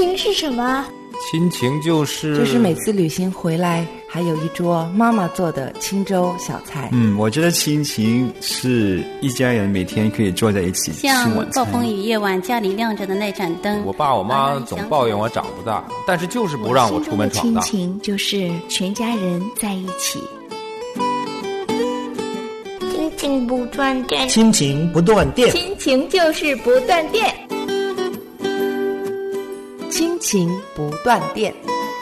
情是什么？ 亲情就是每次旅行回来还有一桌妈妈做的清粥小菜。 我觉得亲情是一家人每天可以坐在一起吃晚餐。 像暴风雨夜晚家里亮着的那盏灯， 我爸我妈总抱怨我长不大，但是就是不让我出门闯荡。 亲情就是全家人在一起，亲情不断电， 亲情不断电， 亲情就是不断电， 亲情不断电。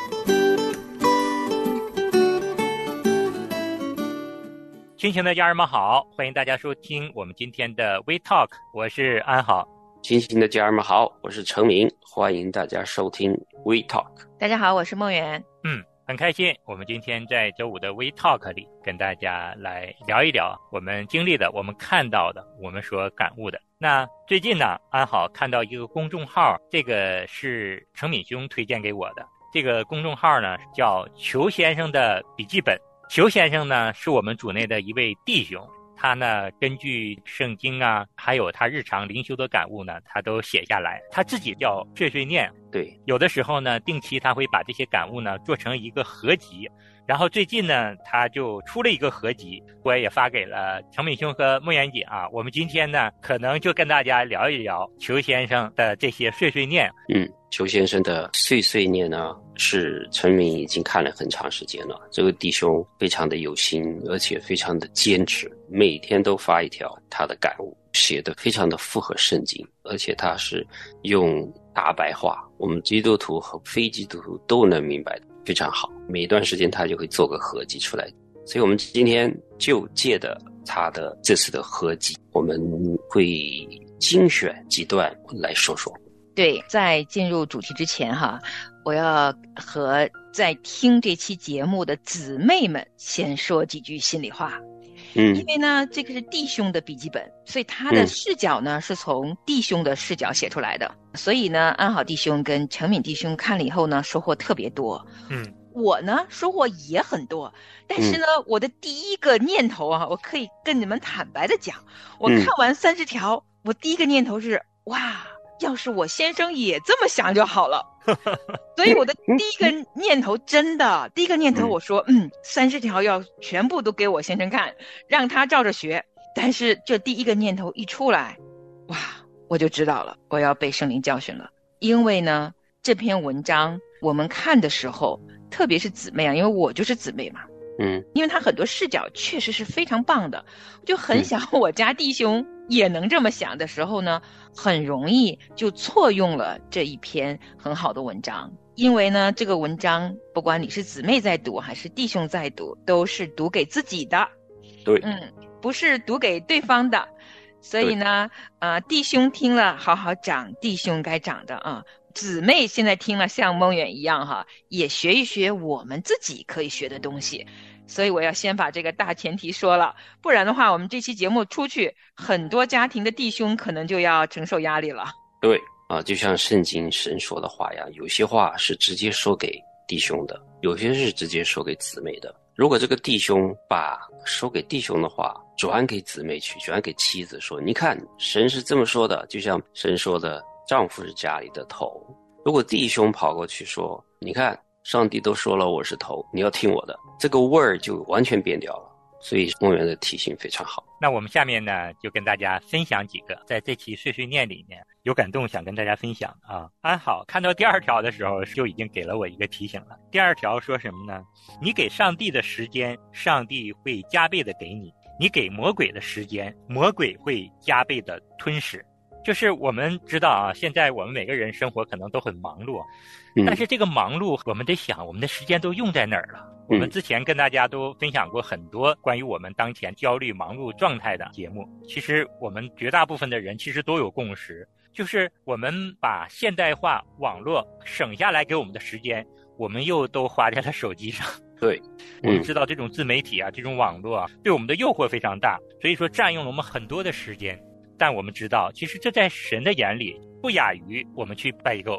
亲情的家人们好，欢迎大家收听我们今天的 We Talk， 我是安好。 亲情的家人们好，我是程明，欢迎大家收听 We Talk。 大家好，我是梦圆。 很开心我们今天在周五的 We Talk 里跟大家来聊一聊我们经历的，我们看到的，我们所感悟的。那最近呢，安好看到一个公众号，这个是程敏兄推荐给我的，这个公众号呢叫裘先生的笔记本。裘先生呢是我们组内的一位弟兄，他呢根据圣经啊，还有他日常灵修的感悟呢，他都写下来，他自己叫碎碎念。 对， 有的时候呢定期他会把这些感悟呢做成一个合集，然后最近呢他就出了一个合集，我也发给了程敏兄和梦妍姐啊。我们今天呢可能就跟大家聊一聊裘先生的这些碎碎念。 裘先生的碎碎念呢是程敏已经看了很长时间了，这个弟兄非常的有心，而且非常的坚持，每天都发一条他的感悟，写得非常的符合圣经，而且他是用大白话，我们基督徒和非基督徒都能明白的，非常好。每一段时间他就会做个合集出来，所以我们今天就借着他的这次的合集，我们会精选几段来说说。 对，在进入主题之前我要和在听这期节目的姊妹们先说几句心里话。因为呢这个是弟兄的笔记本，所以他的视角呢是从弟兄的视角写出来的，所以呢安好弟兄跟程敏弟兄看了以后呢收获特别多。我呢收获也很多，但是呢我的第一个念头我可以跟你们坦白的讲，我看完30条，我第一个念头是哇，要是我先生也这么想就好了。所以我的第一个念头第一个念头我说30条要全部都给我先生看，让他照着学。但是这第一个念头一出来，哇，我就知道了，我要被圣灵教训了。因为呢这篇文章我们看的时候，特别是姊妹因为我就是姊妹嘛，因为他很多视角确实是非常棒的，我就很想我家弟兄也能这么想的时候呢，很容易就错用了这一篇很好的文章。因为呢这个文章不管你是姊妹在读还是弟兄在读，都是读给自己的， 对， 不是读给对方的。所以呢弟兄听了好好长弟兄该长的姊妹现在听了像梦远一样也学一学我们自己可以学的东西。所以我要先把这个大前提说了，不然的话我们这期节目出去，很多家庭的弟兄可能就要承受压力了。 对就像圣经神说的话呀，有些话是直接说给弟兄的，有些是直接说给姊妹的。如果这个弟兄把说给弟兄的话转给姊妹去，转给妻子说，你看神是这么说的，就像神说的丈夫是家里的头。如果弟兄跑过去说，你看上帝都说了我是头，你要听我的，这个味儿就完全变掉了。所以梦圆的提醒非常好。 那我们下面呢就跟大家分享几个在这期碎碎念里面有感动想跟大家分享安好看到第2条的时候就已经给了我一个提醒了。第2条说什么呢？你给上帝的时间，上帝会加倍的给你；你给魔鬼的时间，魔鬼会加倍的吞噬。就是我们知道现在我们每个人生活可能都很忙碌，但是这个忙碌我们得想我们的时间都用在哪儿了。我们之前跟大家都分享过很多关于我们当前焦虑忙碌状态的节目，其实我们绝大部分的人其实都有共识，就是我们把现代化网络省下来给我们的时间，我们又都花在了手机上。 对， 我们知道这种自媒体这种网络对我们的诱惑非常大，所以说占用了我们很多的时间。但我们知道其实这在神的眼里不亚于我们去拜一个偶像。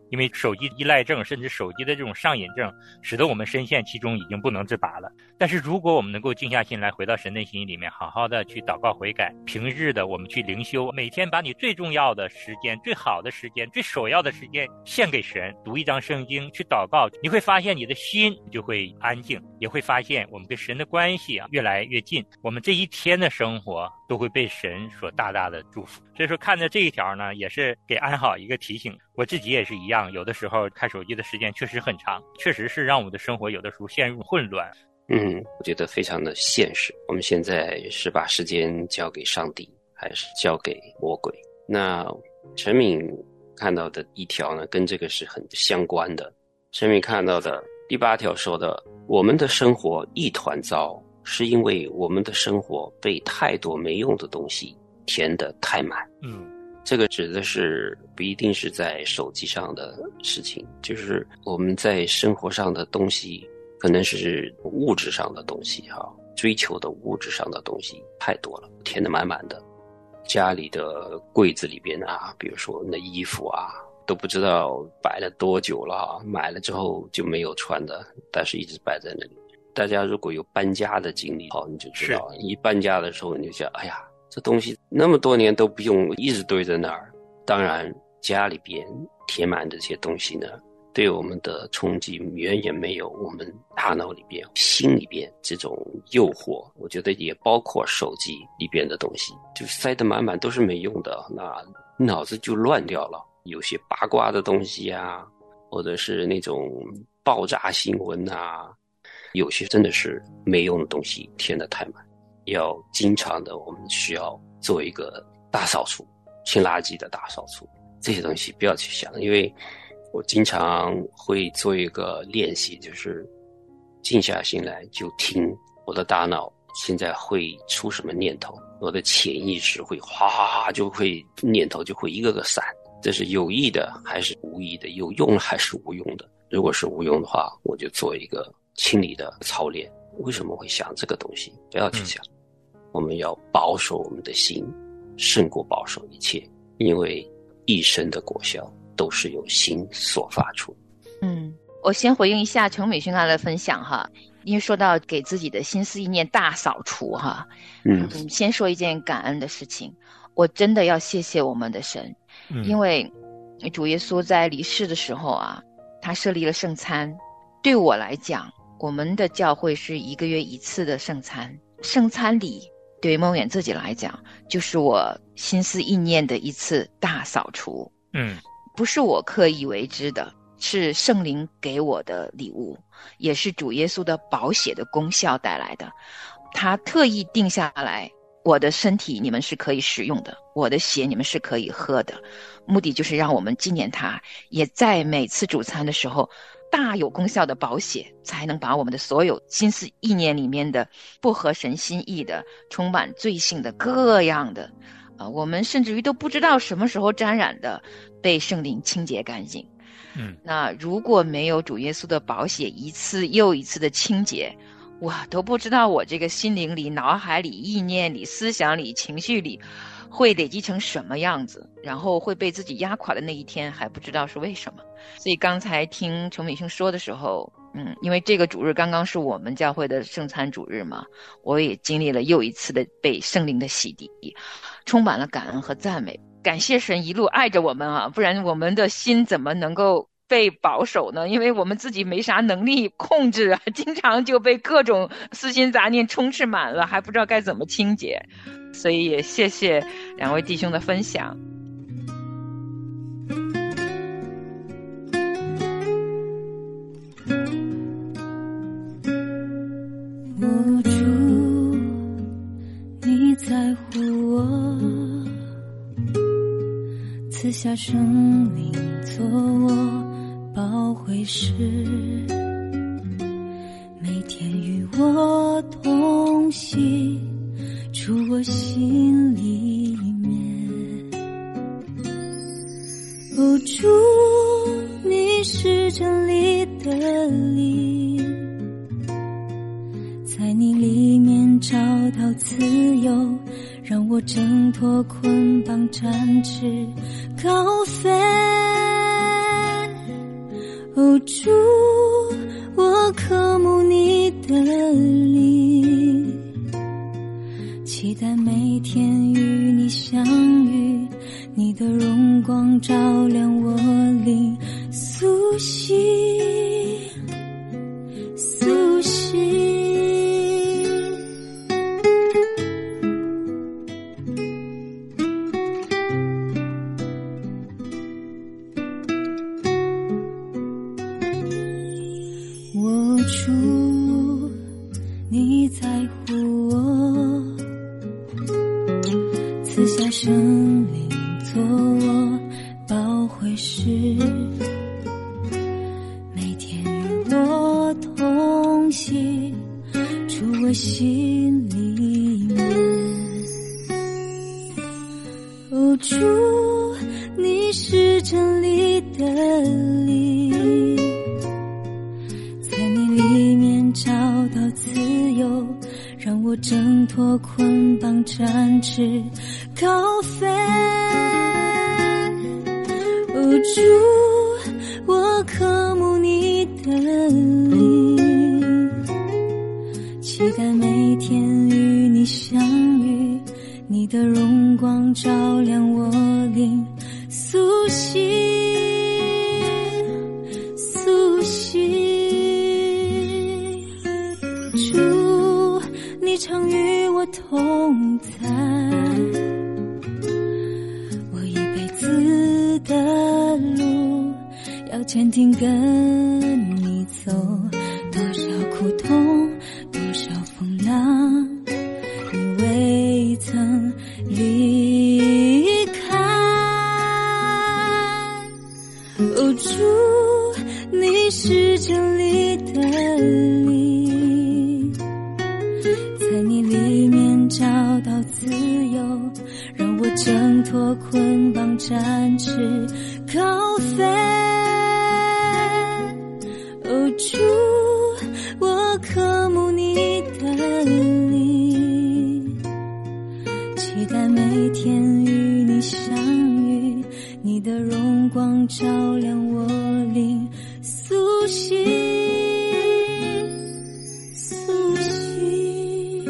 因为手机依赖症甚至手机的这种上瘾症使得我们深陷其中已经不能自拔了。但是如果我们能够静下心来回到神的心意里面，好好的去祷告悔改，平日的我们去灵修，每天把你最重要的时间、最好的时间、最首要的时间献给神，读一章圣经，去祷告，你会发现你的心就会安静，也会发现我们跟神的关系越来越近，我们这一天的生活都会被神所大大的祝福。所以说看着这一条呢，也是给安好一个提醒，我自己也是一样，有的时候看手机的时间确实很长，确实是让我们的生活有的时候陷入混乱。 我觉得非常的现实。我们现在是把时间交给上帝，还是交给魔鬼？那陈敏看到的一条呢，跟这个是很相关的。陈敏看到的第8条说的，我们的生活一团糟，是因为我们的生活被太多没用的东西填得太满。这个指的是不一定是在手机上的事情，就是我们在生活上的东西，可能是物质上的东西追求的物质上的东西太多了，填得满满的。家里的柜子里边比如说那衣服都不知道摆了多久了，买了之后就没有穿的，但是一直摆在那里。大家如果有搬家的经历你就知道，一搬家的时候你就想，哎呀，这东西那么多年都不用，一直堆在那儿。当然家里边填满这些东西呢，对我们的冲击远远没有我们大脑里边心里边这种诱惑。我觉得也包括手机里边的东西，就塞得满满都是没用的，那脑子就乱掉了。有些八卦的东西或者是那种爆炸新闻有些真的是没用的东西填得太满。要经常的，我们需要做一个大扫除，清垃圾的大扫除。这些东西不要去想，因为我经常会做一个练习，就是静下心来就听我的大脑现在会出什么念头，我的潜意识会哗就会念头就会一个个闪，这是有意的还是无意的，有用还是无用的。如果是无用的话，我就做一个清理的操练。为什么会想这个东西？不要去想，我们要保守我们的心，胜过保守一切，因为一生的果效都是由心所发出。 我先回应一下程美勋他的分享因为说到给自己的心思意念大扫除先说一件感恩的事情，我真的要谢谢我们的神，因为主耶稣在离世的时候他设立了圣餐。对我来讲，我们的教会是1个月1次的圣餐，圣餐礼对于梦远自己来讲，就是我心思意念的一次大扫除。不是我刻意为之的，是圣灵给我的礼物，也是主耶稣的宝血的功效带来的。他特意定下来，我的身体你们是可以使用的，我的血你们是可以喝的，目的就是让我们纪念他，也在每次主餐的时候，大有功效的宝血才能把我们的所有心思意念里面的不合神心意的、充满罪性的各样的我们甚至于都不知道什么时候沾染的，被圣灵清洁干净。那如果没有主耶稣的宝血一次又一次的清洁，我都不知道我这个心灵里、脑海里、意念里、思想里、情绪里会累积成什么样子，然后会被自己压垮的那一天还不知道是为什么。所以刚才听程美兄说的时候，因为这个主日刚刚是我们教会的圣餐主日嘛，我也经历了又一次的被圣灵的洗涤，充满了感恩和赞美。感谢神一路爱着我们不然我们的心怎么能够被保守呢？因为我们自己没啥能力控制经常就被各种私心杂念充斥满了，还不知道该怎么清洁。所以也谢谢2位弟兄的分享。 主，你在乎我，赐下生命做我保惠师，每天与我同行，住我心里面。主，你是真理的灵，在你里面找到自由，让我挣脱捆绑，展翅高飞。 哦，主，我渴慕你的灵，期待每天与你相遇，你的荣光照亮我灵，苏醒苏醒。我主，你在乎我，赐下生命做我保惠师，每天与我同行，住我心里面。哦，主，你是真理的灵，在你里面找到自由，让我挣脱捆绑，展翅高飞。哦，主，我渴慕你的灵，期待每天与你相遇，你的荣光照亮我灵，苏醒苏醒。主，你常与我同在，我一辈子的路要坚定跟你走，多少苦痛，多少风浪，你未曾离开。哦，主，你是真理的灵，在你里面找到自由，让我挣脱捆绑，展翅高飞。哦，主，我渴慕你的灵，期待每天与你相遇，你的荣光照亮我灵，苏醒苏醒。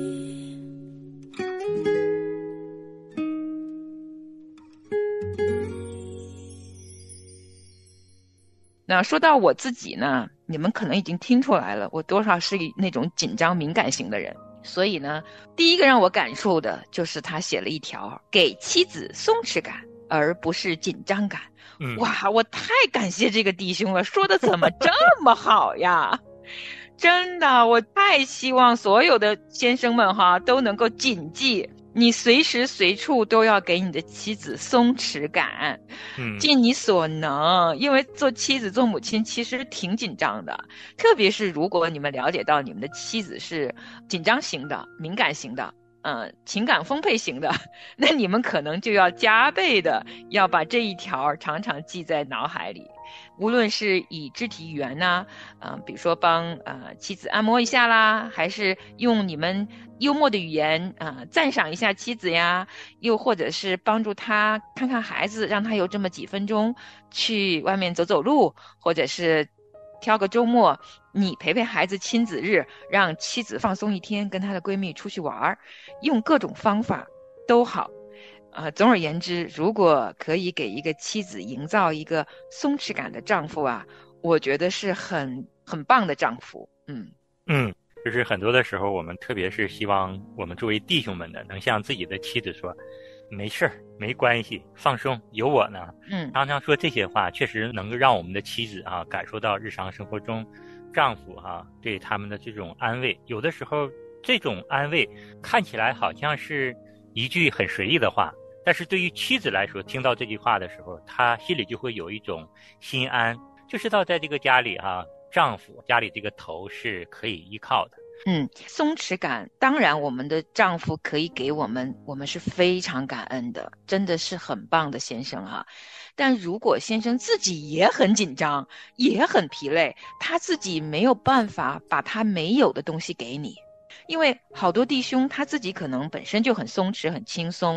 那说到我自己呢，你们可能已经听出来了，我多少是那种紧张敏感型的人。所以呢，第一个让我感受的就是他写了一条给妻子松弛感而不是紧张感。哇，我太感谢这个弟兄了，说的怎么这么好呀？真的，我太希望所有的先生们都能够谨记，你随时随处都要给你的妻子松弛感，尽你所能。因为做妻子做母亲其实挺紧张的，特别是如果你们了解到你们的妻子是紧张型的、敏感型的，情感丰沛型的，那你们可能就要加倍的要把这一条常常记在脑海里。无论是以肢体语言呢，比如说帮妻子按摩一下啦，还是用你们幽默的语言赞赏一下妻子呀，又或者是帮助他看看孩子，让他有这么几分钟去外面走走路，或者是挑个周末你陪陪孩子亲子日，让妻子放松一天，跟她的闺蜜出去玩，用各种方法都好。总而言之，如果可以给一个妻子营造一个松弛感的丈夫啊，我觉得是很棒的丈夫。 就是很多的时候，我们特别是希望我们作为弟兄们的，能向自己的妻子说，没事儿，没关系，放松，有我呢。常常说这些话，确实能够让我们的妻子感受到日常生活中丈夫对他们的这种安慰。有的时候这种安慰看起来好像是一句很随意的话，但是对于妻子来说，听到这句话的时候，她心里就会有一种心安，就知道在这个家里丈夫家里这个头是可以依靠的。 松弛感，当然我们的丈夫可以给我们，我们是非常感恩的，真的是很棒的先生但如果先生自己也很紧张，也很疲累，他自己没有办法把他没有的东西给你。因为好多弟兄他自己可能本身就很松弛很轻松，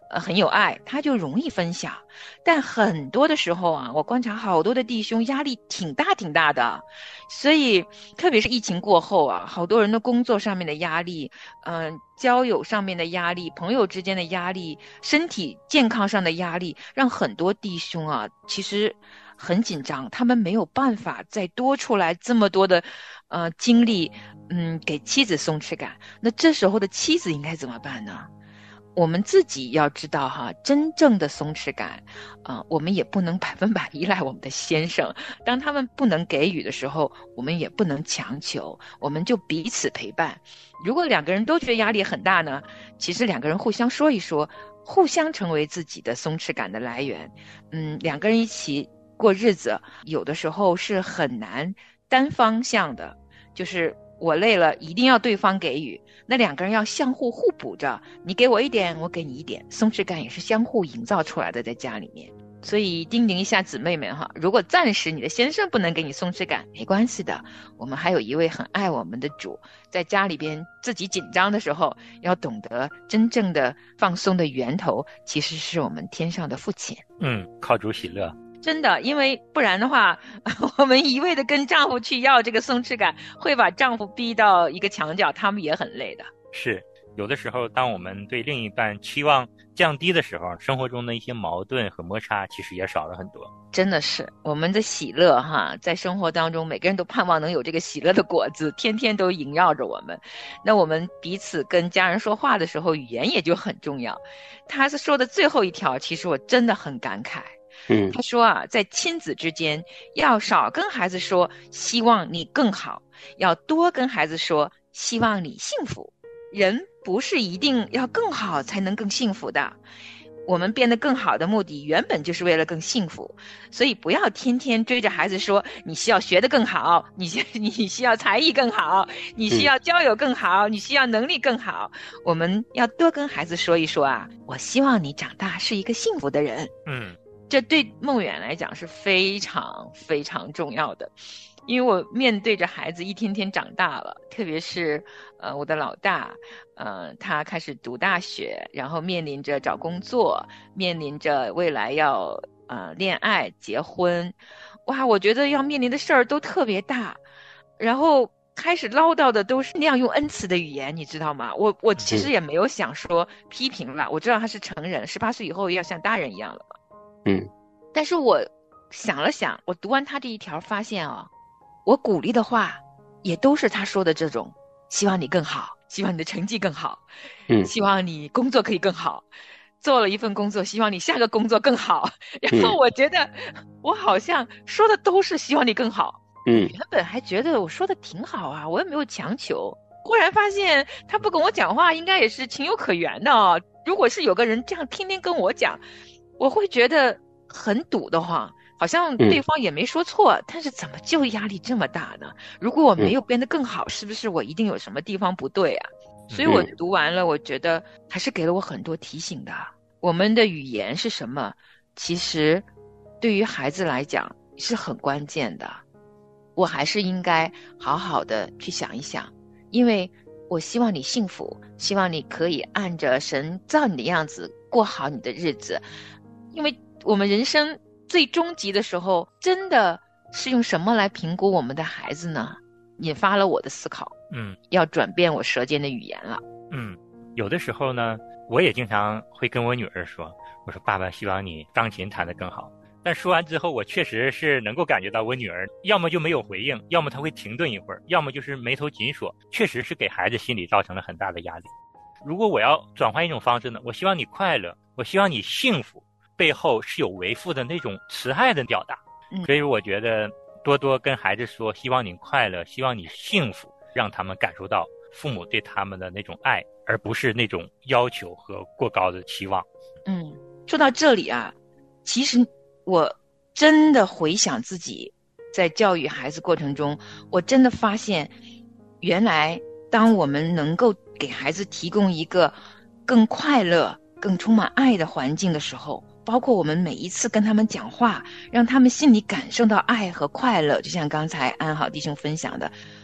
很有爱，他就容易分享。但很多的时候啊，我观察好多的弟兄压力挺大的，所以特别是疫情过后啊，好多人的工作上面的压力，交友上面的压力，朋友之间的压力，身体健康上的压力，让很多弟兄啊其实很紧张，他们没有办法再多出来这么多的精力给妻子松弛感。那这时候的妻子应该怎么办呢？我们自己要知道哈，真正的松弛感我们也不能100%依赖我们的先生，当他们不能给予的时候，我们也不能强求，我们就彼此陪伴。如果两个人都觉得压力很大呢，其实两个人互相说一说，互相成为自己的松弛感的来源。两个人一起过日子，有的时候是很难单方向的，就是我累了一定要对方给予，那两个人要相互互补着，你给我一点我给你一点，松弛感也是相互营造出来的在家里面。所以叮咛一下姊妹们哈，如果暂时你的先生不能给你松弛感，没关系的，我们还有一位很爱我们的主，在家里边自己紧张的时候，要懂得真正的放松的源头其实是我们天上的父亲。 靠主喜乐。 真的，因为不然的话，我们一味的跟丈夫去要这个松弛感，会把丈夫逼到一个墙角，他们也很累的。 是，有的时候当我们对另一半期望降低的时候，生活中的一些矛盾和摩擦其实也少了很多。 真的是我们的喜乐哈，在生活当中每个人都盼望能有这个喜乐的果子，天天都萦绕着我们。那我们彼此跟家人说话的时候，语言也就很重要。他是说的最后一条，其实我真的很感慨。他说啊，在亲子之间要少跟孩子说希望你更好，要多跟孩子说希望你幸福。人不是一定要更好才能更幸福的，我们变得更好的目的原本就是为了更幸福。所以不要天天追着孩子说你需要学得更好，你需要才艺更好，你需要交友更好，你需要能力更好。我们要多跟孩子说一说啊，我希望你长大是一个幸福的人。这对梦远来讲是非常非常重要的。因为我面对着孩子一天天长大了，特别是我的老大他开始读大学，然后面临着找工作，面临着未来要恋爱结婚，哇，我觉得要面临的事儿都特别大，然后开始唠叨的都是那样用恩慈的语言，你知道吗？我其实也没有想说批评了，我知道他是成人，18岁以后要像大人一样了嘛。但是我想了想，我读完他这一条发现我鼓励的话也都是他说的这种希望你更好，希望你的成绩更好，希望你工作可以更好，做了一份工作希望你下个工作更好。然后我觉得我好像说的都是希望你更好。原本还觉得我说的挺好啊，我也没有强求，忽然发现他不跟我讲话应该也是情有可原的如果是有个人这样天天跟我讲，我会觉得很堵得慌，好像对方也没说错，但是怎么就压力这么大呢？如果我没有变得更好，是不是我一定有什么地方不对啊？所以我读完了，我觉得还是给了我很多提醒的。我们的语言是什么？其实对于孩子来讲是很关键的。我还是应该好好的去想一想，因为我希望你幸福，希望你可以按着神造你的样子过好你的日子。因为我们人生最终极的时候，真的是用什么来评估我们的孩子呢？引发了我的思考。要转变我舌尖的语言了。 有的时候呢，我也经常会跟我女儿说，我说爸爸希望你钢琴弹得更好。但说完之后，我确实是能够感觉到我女儿要么就没有回应，要么她会停顿一会儿，要么就是眉头紧锁，确实是给孩子心里造成了很大的压力。如果我要转换一种方式呢，我希望你快乐，我希望你幸福，背后是有为父的那种慈爱的表达。所以我觉得多多跟孩子说希望你快乐，希望你幸福，让他们感受到父母对他们的那种爱，而不是那种要求和过高的期望。 说到这里啊，其实我真的回想自己在教育孩子过程中，我真的发现原来当我们能够给孩子提供一个更快乐更充满爱的环境的时候，包括我们每一次跟他们讲话，让他们心里感受到爱和快乐，就像刚才安好弟兄分享的，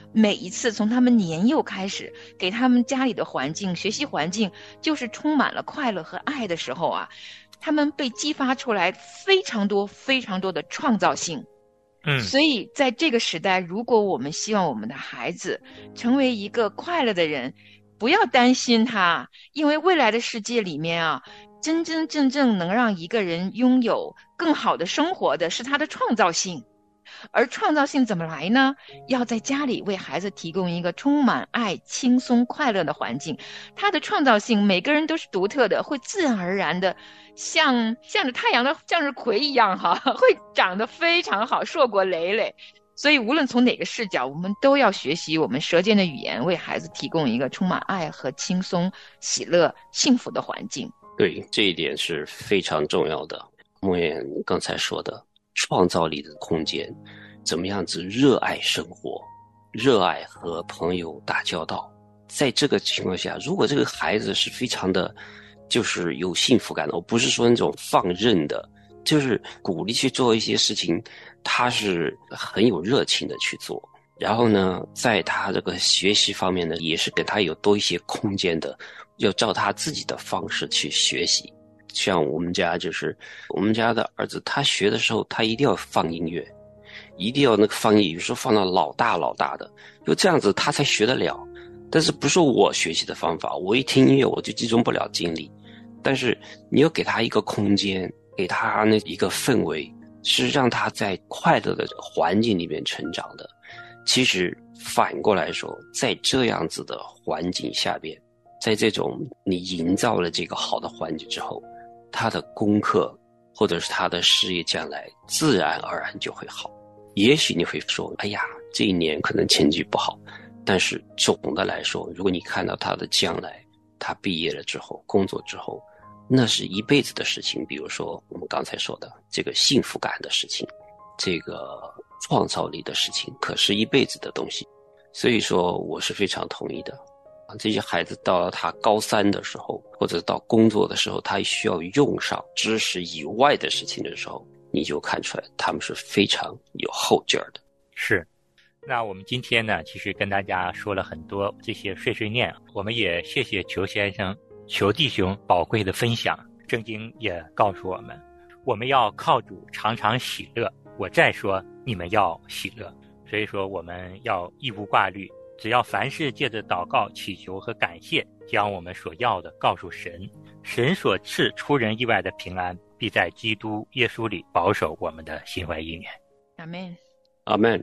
每一次从他们年幼开始，给他们家里的环境、学习环境就是充满了快乐和爱的时候啊，他们被激发出来非常多非常多的创造性。所以在这个时代，如果我们希望我们的孩子成为一个快乐的人，不要担心他，因为未来的世界里面啊，真真正正能让一个人拥有更好的生活的是他的创造性。而创造性怎么来呢？要在家里为孩子提供一个充满爱、轻松、快乐的环境。他的创造性每个人都是独特的，会自然而然的像着太阳的向日葵一样会长得非常好，硕果累累。所以无论从哪个视角，我们都要学习我们舌尖的语言，为孩子提供一个充满爱和轻松、喜乐、幸福的环境。 对，这一点是非常重要的。莫言刚才说的创造力的空间，怎么样子热爱生活，热爱和朋友打交道。在这个情况下，如果这个孩子是非常的就是有幸福感的，我不是说那种放任的，就是鼓励去做一些事情，他是很有热情的去做。然后呢，在他这个学习方面呢，也是给他有多一些空间的，要照他自己的方式去学习。像我们家的儿子，他学的时候他一定要放音乐，一定要那个放音乐，有时候放到老大的，就这样子他才学得了。但是不是我学习的方法，我一听音乐我就集中不了精力。但是你要给他一个空间，给他那一个氛围，是让他在快乐的环境里面成长的。其实反过来说，在这样子的环境下边，在这种你营造了这个好的环境之后，他的功课或者是他的事业将来自然而然就会好。也许你会说，哎呀，这一年可能成绩不好，但是总的来说，如果你看到他的将来，他毕业了之后，工作之后，那是一辈子的事情。比如说我们刚才说的这个幸福感的事情，这个创造力的事情，可是一辈子的东西。所以说我是非常同意的。这些孩子到了他高3的时候，或者到工作的时候，他需要用上知识以外的事情的时候，你就看出来他们是非常有后劲儿的。 是。那我们今天呢，其实跟大家说了很多这些碎碎念，我们也谢谢裘先生、裘弟兄宝贵的分享。圣经也告诉我们，我们要靠主常常喜乐。我再说，你们要喜乐。所以说，我们要一无挂虑，只要凡事借着祷告、祈求和感谢，将我们所要的告诉神，神所赐出人意外的平安，必在基督耶稣里保守我们的心怀意念。 阿们， 阿们。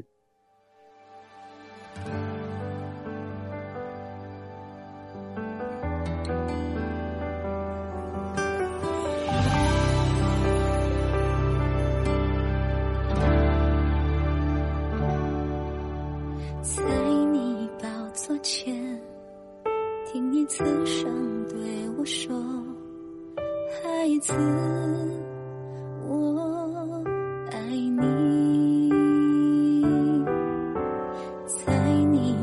在你宝座前，听你慈声对我说，孩子，我爱你。在你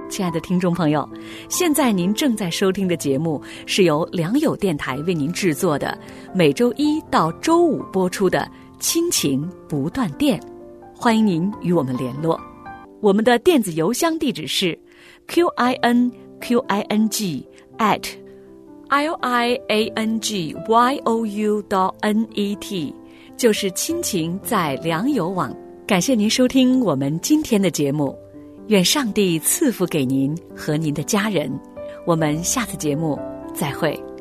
亲爱的听众朋友，现在您正在收听的节目是由良友电台为您制作的，每周一到周五播出的亲情不断电，欢迎您与我们联络。我们的电子邮箱地址是 QINQING@liangyou.net， 就是亲情在良友网。感谢您收听我们今天的节目，愿上帝赐福给您和您的家人。我们下次节目再会。